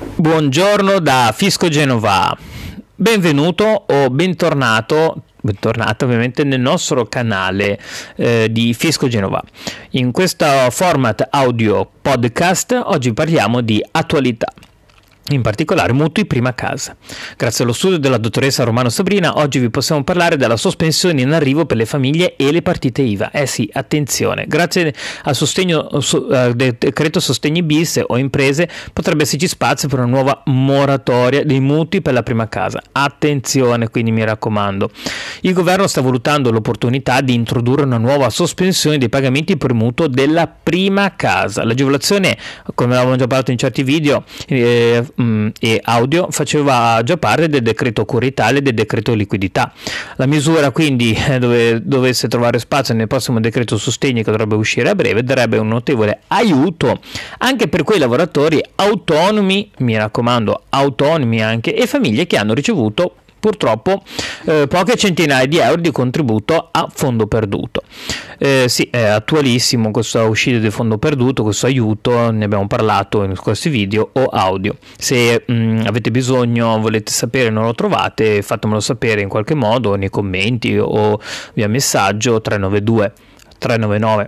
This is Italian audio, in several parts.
Buongiorno da Fisco Genova, benvenuto o bentornato ovviamente nel nostro canale di Fisco Genova. In questo format audio podcast oggi parliamo di attualità, in particolare mutui prima casa. Grazie allo studio della dottoressa Romano Sabrina oggi vi possiamo parlare della sospensione in arrivo per le famiglie e le partite IVA. Sì, attenzione, grazie al del decreto sostegni bis o imprese potrebbe esserci spazio per una nuova moratoria dei mutui per la prima casa. Attenzione, quindi mi raccomando. Il governo sta valutando l'opportunità di introdurre una nuova sospensione dei pagamenti per mutuo della prima casa. L'agevolazione, come avevamo già parlato in certi video e audio, faceva già parte del decreto Cura Italia e del decreto liquidità. La misura quindi dovesse trovare spazio nel prossimo decreto sostegni che dovrebbe uscire a breve, darebbe un notevole aiuto anche per quei lavoratori autonomi, mi raccomando autonomi anche, e famiglie che hanno ricevuto purtroppo poche centinaia di euro di contributo a fondo perduto. Sì, è attualissimo questa uscita del fondo perduto, questo aiuto, ne abbiamo parlato in questi video o audio. Se avete bisogno, volete sapere, non lo trovate, fatemelo sapere in qualche modo nei commenti o via messaggio 392 399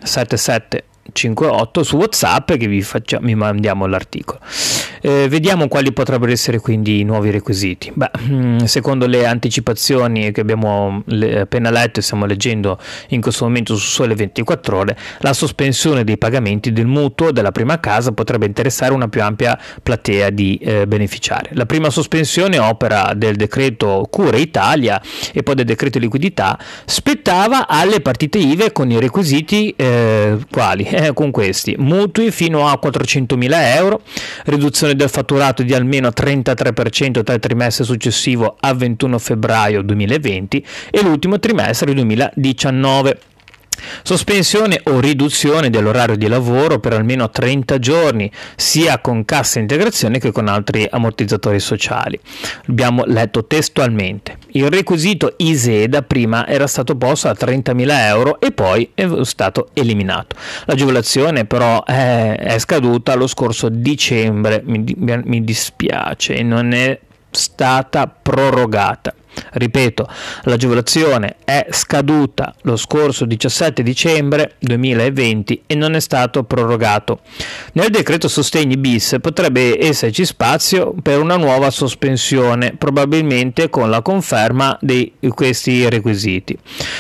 7758 su WhatsApp che vi mandiamo l'articolo. Vediamo quali potrebbero essere quindi i nuovi requisiti. Secondo le anticipazioni che abbiamo appena letto e stiamo leggendo in questo momento su Sole 24 Ore, la sospensione dei pagamenti del mutuo della prima casa potrebbe interessare una più ampia platea di beneficiari. La prima sospensione, opera del decreto Cura Italia e poi del decreto liquidità, spettava alle partite IVA con i requisiti quali? Con questi: mutui fino a 400.000 euro, riduzione del fatturato di almeno 33% tra il trimestre successivo al 21 febbraio 2020 e l'ultimo trimestre 2019. Sospensione o riduzione dell'orario di lavoro per almeno 30 giorni, sia con cassa integrazione che con altri ammortizzatori sociali. Abbiamo letto testualmente. Il requisito ISEE da prima era stato posto a 30.000 euro e poi è stato eliminato. L'agevolazione però è scaduta lo scorso dicembre, mi dispiace, non è stata prorogata. Ripeto, l'agevolazione è scaduta lo scorso 17 dicembre 2020 e non è stato prorogato. Nel decreto sostegni bis potrebbe esserci spazio per una nuova sospensione, probabilmente con la conferma di questi requisiti.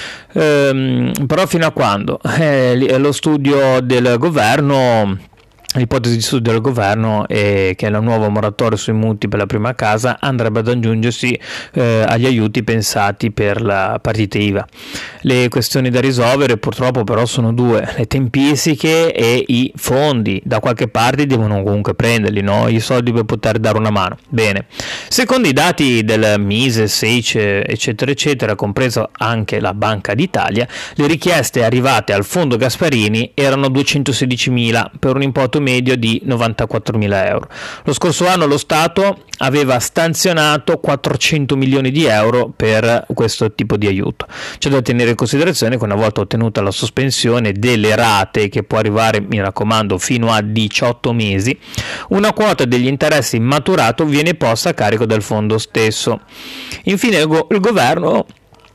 Però fino a quando? Lo studio del governo, l'ipotesi di studio del governo è che la nuova moratoria sui mutui per la prima casa andrebbe ad aggiungersi agli aiuti pensati per la partita IVA. Le questioni da risolvere purtroppo però sono due: le tempistiche e i fondi. Da qualche parte devono comunque prenderli, no? I soldi per poter dare una mano. Bene, secondo i dati del Mise, SEIC eccetera eccetera, compreso anche la Banca d'Italia, le richieste arrivate al fondo Gasparini erano 216.000 per un importo medio di 94.000 euro. Lo scorso anno lo Stato aveva stanzionato 400 milioni di euro per questo tipo di aiuto. C'è da tenere in considerazione che una volta ottenuta la sospensione delle rate, che può arrivare, mi raccomando, fino a 18 mesi, una quota degli interessi maturato viene posta a carico del fondo stesso. Infine il governo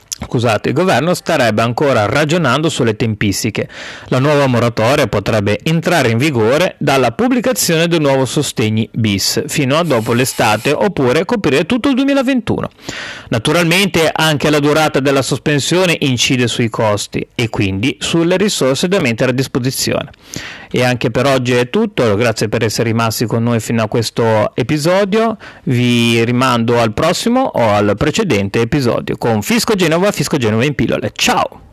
starebbe ancora ragionando sulle tempistiche. La nuova moratoria potrebbe entrare in vigore dalla pubblicazione del nuovo sostegni bis fino a dopo l'estate, oppure coprire tutto il 2021. Naturalmente anche la durata della sospensione incide sui costi e quindi sulle risorse da mettere a disposizione. E anche per oggi è tutto, grazie per essere rimasti con noi fino a questo episodio. Vi rimando al prossimo o al precedente episodio con Fisco Genova in pillole. Ciao!